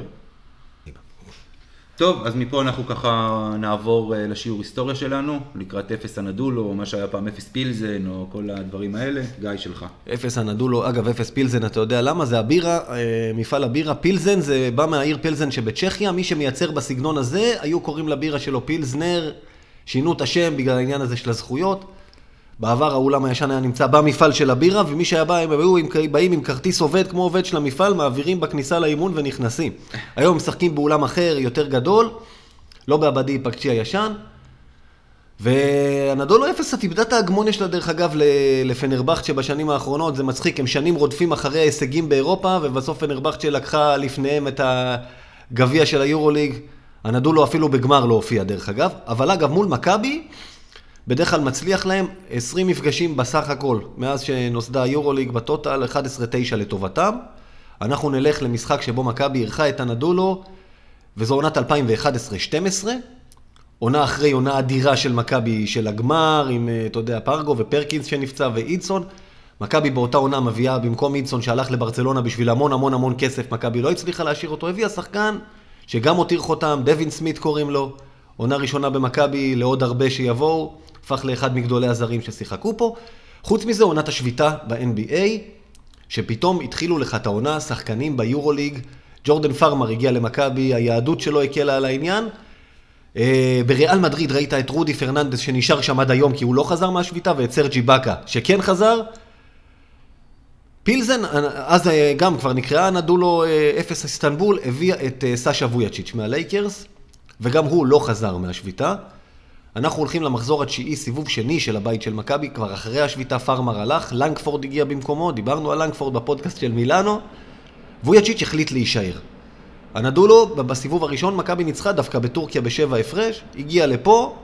[SPEAKER 1] טוב, אז מפה אנחנו ככה נעבור לשיעור היסטוריה שלנו, לקראת אפס אנדולו, או מה שהיה פעם אפס פילזן, או כל הדברים האלה. גיא שלך.
[SPEAKER 2] אפס אנדולו, אגב, אפס פילזן, אתה יודע למה? זה הבירה, מפעל הבירה. פילזן זה בא מהעיר פילזן שבצ'כיה, מי שמייצר בסגנון הזה, היו קוראים לבירה שלו פילזנר, שינו את השם בגלל העניין הזה של הזכויות. בעבר האולם הישן היה נמצא במפעל של הבירה, ומי שהיה בא, הם באים עם כרטיס עובד כמו עובד של המפעל, מעבירים בכניסה לאימון ונכנסים. היום משחקים באולם אחר יותר גדול, לא בעבדי פקצ'י הישן, ואנדולו אפס איבדה את ההגמוניה שלה דרך אגב לפנרבכצ'ה בשנים האחרונות, זה מצחיק, הם שנים רודפים אחרי ההישגים באירופה, ובסוף פנרבכצ'ה לקחה לפניהם את הגביע של היורוליג, אנדולו אפילו בגמר לא הופיע דרך אגב, אבל אגב מול מכבי, בדרך כלל מצליח להם 20 מפגשים בסך הכל, מאז שנוסדה היורוליג בטוטל 11-9 לטובתם. אנחנו נלך למשחק שבו מכבי אירחה את אנדולו, וזו עונת 2011-12, עונה אחרי עונה אדירה של מכבי של הגמר, עם, אתה יודע, פרגו ופרקינס שנפצע ואידסון. מכבי באותה עונה מביאה במקום אידסון שהלך לברצלונה בשביל המון המון המון כסף, מכבי לא הצליחה להשאיר אותו, הביאה שחקן שגם הותיר חותם, דווין סמית קוראים לו, עונה ראשונה במכבי לעוד הרבה שיבואו, הפך לאחד מגדולי הזרים ששיחקו פה. חוץ מזה, עונת השביתה ב-NBA, שפתאום התחילו לך את העונה, שחקנים ביורוליג, ג'ורדן פארמר הגיע למכבי, היהדות שלו הקלה על העניין. בריאל מדריד ראית את רודי פרננדס שנשאר שם עד היום, כי הוא לא חזר מהשביתה, ואת סרג'י בקה שכן חזר. פילזן, אז גם כבר נקראה אנדולו אפס איסטנבול, הביאה את סאשה וויאצ'יץ' מהלייקרס, וגם הוא לא חזר מהשביתה. אנחנו הולכים למחזור התשיעי, סיבוב שני של הבית של מכבי, כבר אחרי השביתה פארמר הלך, לנגפורד הגיע במקומו, דיברנו על לנגפורד בפודקאסט של מילאנו, וויאצ'יץ' החליט להישאר. אנדולו בסיבוב הראשון, מכבי ניצחה דווקא בטורקיה ב7 הפרש, הגיע לפה,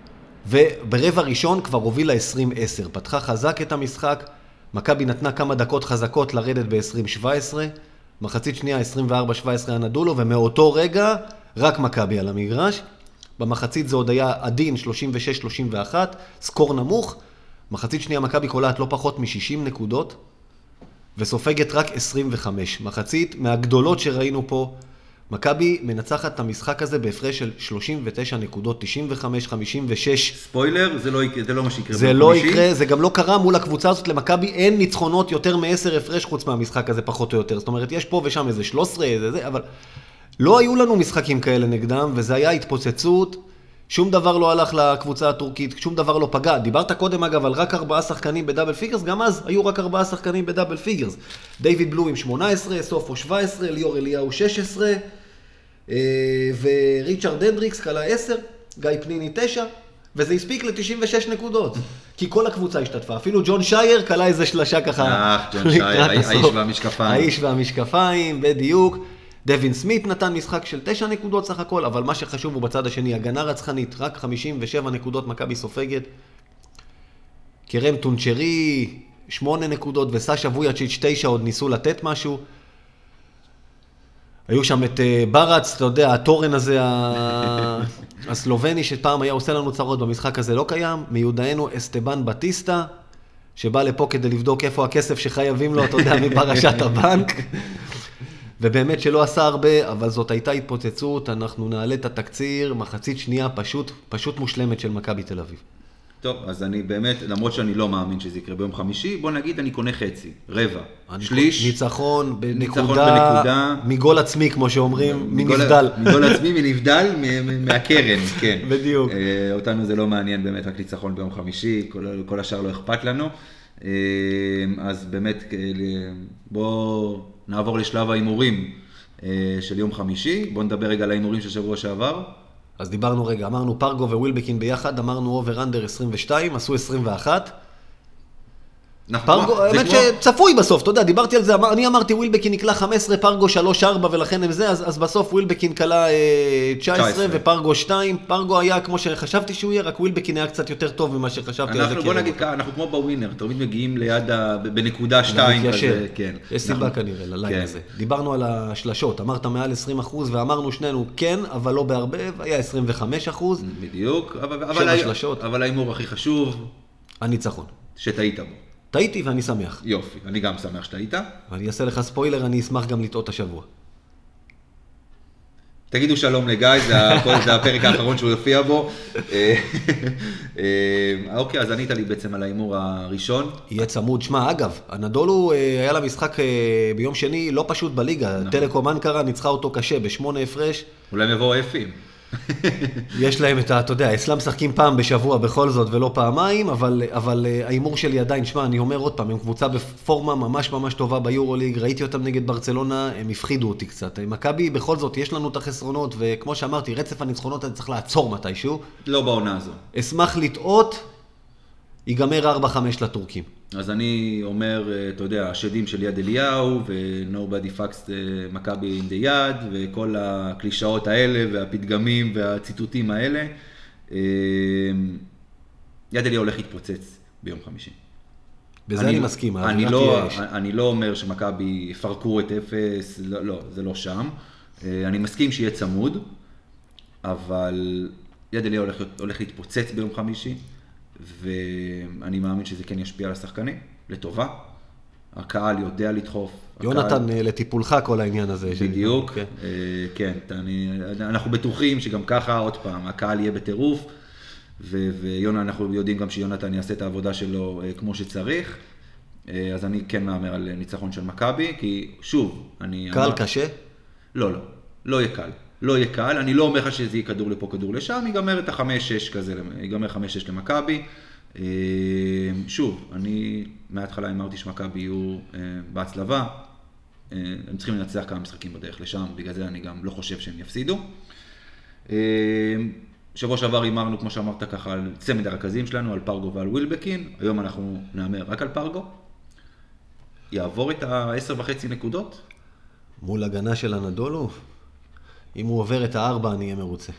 [SPEAKER 2] וברבע ראשון כבר הובילה 20-10, פתחה חזק את המשחק, מכבי נתנה כמה דקות חזקות לרדת ב-20-17, מחצית שנייה 24-17 אנדולו, ומאותו רגע רק מכבי על המגרש. במחצית זה עוד היה עדין 36-31, סקור נמוך. מחצית שנייה מכבי קולעת לא פחות מ-60 נקודות, וסופגת רק 25. מחצית מהגדולות שראינו פה, מכבי מנצחת את המשחק הזה בהפרש של 39 נקודות, 95-56.
[SPEAKER 1] ספוילר, זה לא מה שיקרה.
[SPEAKER 2] זה לא יקרה, זה גם לא קרה מול הקבוצה הזאת. למכבי אין ניצחונות יותר מ-10 הפרש חוץ מהמשחק הזה פחות או יותר. זאת אומרת, יש פה ושם איזה 13, אבל לא היו לנו משחקים כאלה נגדם, וזה היה התפוצצות. שום דבר לא הלך לקבוצה הטורקית, שום דבר לא פגע. דיברת קודם אגב על רק 4 שחקנים בדאבל פיגרס, גם אז היו רק 4 שחקנים בדאבל פיגרס. דיוויד בלו עם 18, סופו 17, ליאור אליהו 16, וריצ'רד הנדריקס קלה 10, גיא פניני 9, וזה הספיק ל-96 נקודות. כי כל הקבוצה השתתפה. אפילו ג'ון שייר קלה איזה שלשה ככה.
[SPEAKER 1] ג'ון שייר, האיש והמשקפיים.
[SPEAKER 2] האיש והמשקפיים, בדיוק. דווין סמית נתן משחק של 9 נקודות סך הכל, אבל מה שחשוב הוא בצד השני, הגנה רצחנית, רק 57 נקודות מכבי סופגת. קרם טונצ'רי, 8 נקודות, וסאשה וויאצ'יץ' 9 עוד ניסו לתת משהו. היו שם את ברץ, אתה יודע, התורן הזה, הסלובני, שפעם היה עושה לנו צרות במשחק הזה, לא קיים. מיודענו אסטבן בטיסטה, שבא לפה כדי לבדוק איפה הכסף שחייבים לו, אתה יודע, מפרשת הבנק. ובאמת שלא עשה הרבה, אבל זאת הייתה התפוצצות, אנחנו נעלה את התקציר, מחצית שנייה פשוט מושלמת של מכבי תל אביב.
[SPEAKER 1] טוב, אז אני באמת, למרות שאני לא מאמין שזה יקרה ביום חמישי, בוא נגיד אני קונה חצי, רבע, שליש.
[SPEAKER 2] ניצחון בנקודה, מגול עצמי כמו שאומרים, מנבדל.
[SPEAKER 1] מגול עצמי מנבדל מהקרן, כן.
[SPEAKER 2] בדיוק.
[SPEAKER 1] אותנו זה לא מעניין באמת, רק ניצחון ביום חמישי, כל השאר לא אכפת לנו. אז באמת, בואו נעבור לשלב ההימורים של יום חמישי. בואו נדבר רגע על ההימורים של שבוע שעבר.
[SPEAKER 2] אז דיברנו רגע, אמרנו פרגו ווילבקין ביחד, אמרנו אובר אנדר 22, עשו 21. פרגו, האמת שצפוי בסוף, אתה יודע, דיברתי על זה, אני אמרתי ווילבקין נקלה 15, פרגו 3-4 ולכן הם זה, אז בסוף ווילבקין קלה 19 ופרגו 2, פרגו היה כמו שחשבתי שהוא יהיה, רק ווילבקין היה קצת יותר טוב ממה שחשבתי על זה.
[SPEAKER 1] בוא נגיד ככה, אנחנו כמו בווינר, תמיד מגיעים ליד, בנקודה 2 כזה, כן.
[SPEAKER 2] יש סיבה כנראה לליין הזה. דיברנו על השלשות, אמרת מעל 20% ואמרנו שנינו כן, אבל לא בהרבה, היה 25%.
[SPEAKER 1] בדיוק, אבל ההימור הכי חשוב,
[SPEAKER 2] הניצחון.
[SPEAKER 1] שטעית בו.
[SPEAKER 2] טעיתי ואני שמח.
[SPEAKER 1] יופי, אני גם שמח שטעית.
[SPEAKER 2] אני אעשה לך ספוילר, אני אשמח גם לטעות השבוע.
[SPEAKER 1] תגידו שלום לגיא, זה הפרק האחרון שהוא יופיע בו. אוקיי, אז ענית לי בעצם על ההימור הראשון.
[SPEAKER 2] יהיה צמוד. שמע, אגב, הנדולו היה לה משחק ביום שני לא פשוט בליגה. טלקום אנקרה ניצחה אותו קשה ב8 הפרש.
[SPEAKER 1] אולי הם יבואו עפים.
[SPEAKER 2] יש להם את אתה יודע, אצלם משחקים פעם בשבוע בכל זאת ולא פעמיים, אבל ההימור שלי עדיין, שמע, אני אומר עוד פעם, הם קבוצה בפורמה ממש ממש טובה ביורוליג, ראיתי אותם נגד ברצלונה, הם הפחידו אותי קצת. מכבי בכל זאת, יש לנו את החסרונות, וכמו שאמרתי, רצף הניצחונות הזה צריך לעצור מתישהו.
[SPEAKER 1] לא בעונה הזו.
[SPEAKER 2] אשמח לטעות, ייגמר 4-5 לטורקים.
[SPEAKER 1] אז אני אומר, אתה יודע, השדים של יד אליהו, ו-nobody fucks מכבי in the יד, וכל הקלישאות האלה, והפתגמים, והציטוטים האלה. יד אליהו הולך להתפוצץ ביום חמישי.
[SPEAKER 2] בזה אני מסכים.
[SPEAKER 1] אני לא אומר שמכבי יפרקו את אפס, לא, זה לא שם. אני מסכים שיהיה צמוד, אבל יד אליהו הולך להתפוצץ ביום חמישי. ואני מאמין שזה כן ישפיע על השחקנים, לטובה. הקהל יודע לדחוף.
[SPEAKER 2] יונתן, לטיפולך כל העניין הזה.
[SPEAKER 1] בדיוק, כן. אנחנו בטוחים שגם ככה, עוד פעם, הקהל יהיה בטירוף, ואנחנו יודעים גם שיונתן יעשה את העבודה שלו כמו שצריך, אז אני כן מאמר על ניצחון של מכבי, כי שוב,
[SPEAKER 2] קהל קשה?
[SPEAKER 1] לא יהיה קל. לא יהיה קל, אני לא אומר לך שזה יהיה כדור לפה, כדור לשם, ייגמר את ה-5-6 כזה, ייגמר 5-6 למכבי. שוב, אני מההתחלה אמרתי שמכבי יהיו בהצלבה, הם צריכים לנצח כמה משחקים בדרך לשם, בגלל זה אני גם לא חושב שהם יפסידו. שבוע שעבר אמרנו, כמו שאמרת ככה, על צמד הרכזים שלנו, על פרגו ועל ווילבקין, היום אנחנו נאמר רק על פרגו, יעבור את ה-10.5 נקודות.
[SPEAKER 2] מול הגנה של הנדולו? אם הוא עובר את 4, אני אהיה מרוצה.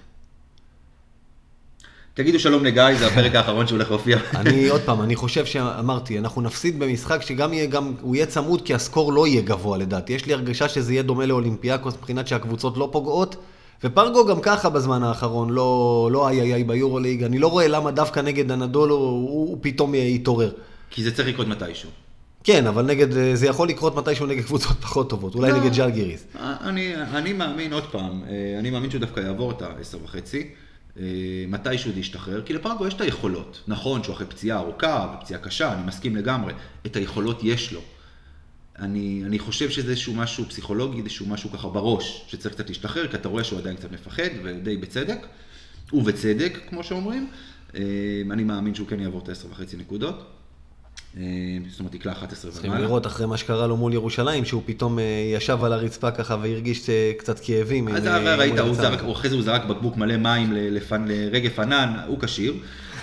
[SPEAKER 1] תגידו שלום לגיא, זה הפרק האחרון שהולך להופיע.
[SPEAKER 2] עוד פעם, אני חושב שאמרתי, אנחנו נפסיד במשחק שגם יהיה, הוא יהיה צמוד, כי הסקור לא יהיה גבוה לדעתי. יש לי הרגשה שזה יהיה דומה לאולימפיאקוס, מבחינת שהקבוצות לא פוגעות, ופרגו גם ככה בזמן האחרון, לא איי ביורוליג. אני לא רואה למה דווקא נגד הנדולו הוא פתאום יתעורר.
[SPEAKER 1] כי זה צריך לקרות מתישהו.
[SPEAKER 2] כן, אבל זה יכול לקרות מתישהו נגד קבוצות פחות טובות, אולי נגד ז'לגיריס.
[SPEAKER 1] אני מאמין עוד פעם, אני מאמין שהוא דווקא יעבור את ה-10.5, מתישהו זה ישתחרר, כי לפרגו יש את היכולות, נכון שהוא אחרי פציעה ארוכה ופציעה קשה, אני מסכים לגמרי, את היכולות יש לו. אני חושב שזה איזשהו משהו פסיכולוגי, איזשהו משהו ככה בראש, שצריך קצת להשתחרר, כי אתה רואה שהוא עדיין קצת מפחד, ודי בצדק, ובצדק, כמו שאומרים. אני מאמין שהוא כן יעבור את ה-10.5 נקודות. זאת אומרת, תקלה 11
[SPEAKER 2] צריכים לראות אחרי מה שקרה לו מול ירושלים, שהוא פתאום ישב על הרצפה ככה והרגיש קצת כאבים.
[SPEAKER 1] אז ראית, אחרי זה הוא זרק בקבוק מלא מים לרגף ענן, הוא קשיר.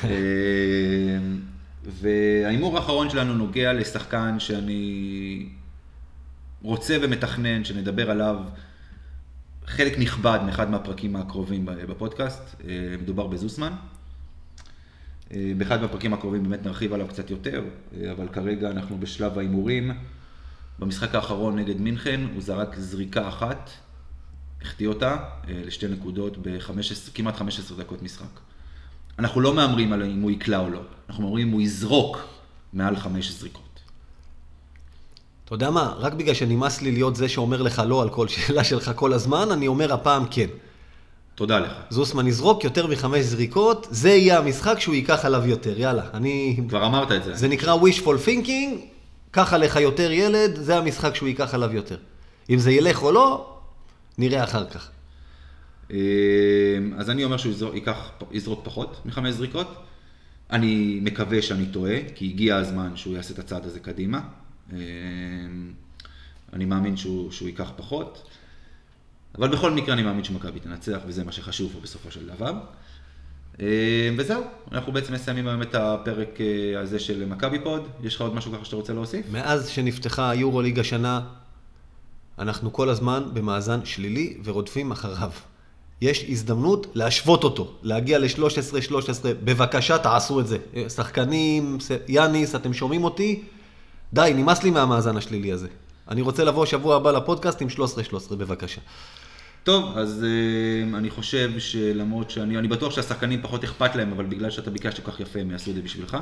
[SPEAKER 1] וההימור האחרון שלנו נוגע לשחקן שאני רוצה ומתכנן, שנדבר עליו חלק נכבד מאחד מהפרקים הקרובים בפודקאסט, מדובר בזוסמן. באחד מהפרקים הקרובים באמת נרחיב עליו קצת יותר, אבל כרגע אנחנו בשלב ההימורים. במשחק האחרון נגד מינכן הוא זרק זריקה אחת, החטיא אותה לשתי נקודות כמעט 15 דקות משחק. אנחנו לא מאמרים על אם הוא יקלה או לא, אנחנו מאמרים אם הוא יזרוק מעל 5 זריקות.
[SPEAKER 2] אתה יודע מה? רק בגלל שנמאס לי להיות זה שאומר לך לא על כל שאלה שלך כל הזמן, אני אומר הפעם כן.
[SPEAKER 1] תודה לך.
[SPEAKER 2] זוסמן יזרוק יותר מ5 זריקות, זה יהיה המשחק שהוא ייקח עליו יותר, יאללה.
[SPEAKER 1] כבר אמרת את זה.
[SPEAKER 2] זה נקרא wishful thinking, קח עליך יותר ילד, זה המשחק שהוא ייקח עליו יותר. אם זה ילך או לא, נראה אחר כך.
[SPEAKER 1] אז אני אומר שהוא יזרוק פחות מ5 זריקות, אני מקווה שאני טועה, כי הגיע הזמן שהוא יעשה את הצעד הזה קדימה. אני מאמין שהוא ייקח פחות. אבל בכל מקרה אני מאמין שמכבי תנצח, וזה מה שחשוב פה בסופו של דבר. וזהו, אנחנו בעצם מסיימים היום את הפרק הזה של מכבי פוד. יש לך עוד משהו ככה שאתה רוצה להוסיף?
[SPEAKER 2] מאז שנפתחה היורוליג השנה, אנחנו כל הזמן במאזן שלילי ורודפים אחריו. יש הזדמנות להשוות אותו, להגיע ל-13-13, בבקשה תעשו את זה. שחקנים, יאניס, אתם שומעים אותי? די, נמאס לי מהמאזן השלילי הזה. אני רוצה לבוא שבוע הבא לפודקאסט עם 13-13, בבקשה.
[SPEAKER 1] טוב, אז אני חושב שלמרות אני בטוח שהשחקנים פחות אכפת להם, אבל בגלל שאתה ביקשת כל כך יפה, הם יעשו את זה בשבילך.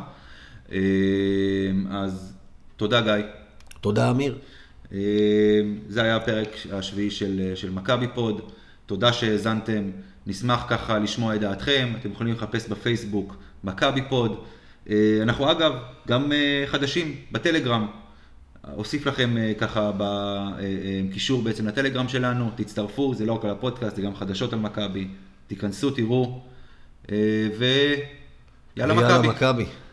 [SPEAKER 1] אז תודה גיא.
[SPEAKER 2] תודה אמיר.
[SPEAKER 1] זה היה הפרק השביעי של מכבי פוד. תודה שהאזנתם, נשמח ככה לשמוע את דעתכם, אתם יכולים לחפש בפייסבוק מכבי פוד. אנחנו אגב גם חדשים בטלגרם, אוסיף לכם ככה בקישור בעצם לטלגרם שלנו, תצטרפו, זה לא רק על הפודקאסט, זה גם חדשות על מכבי, תיכנסו, תראו, ויאללה מכבי.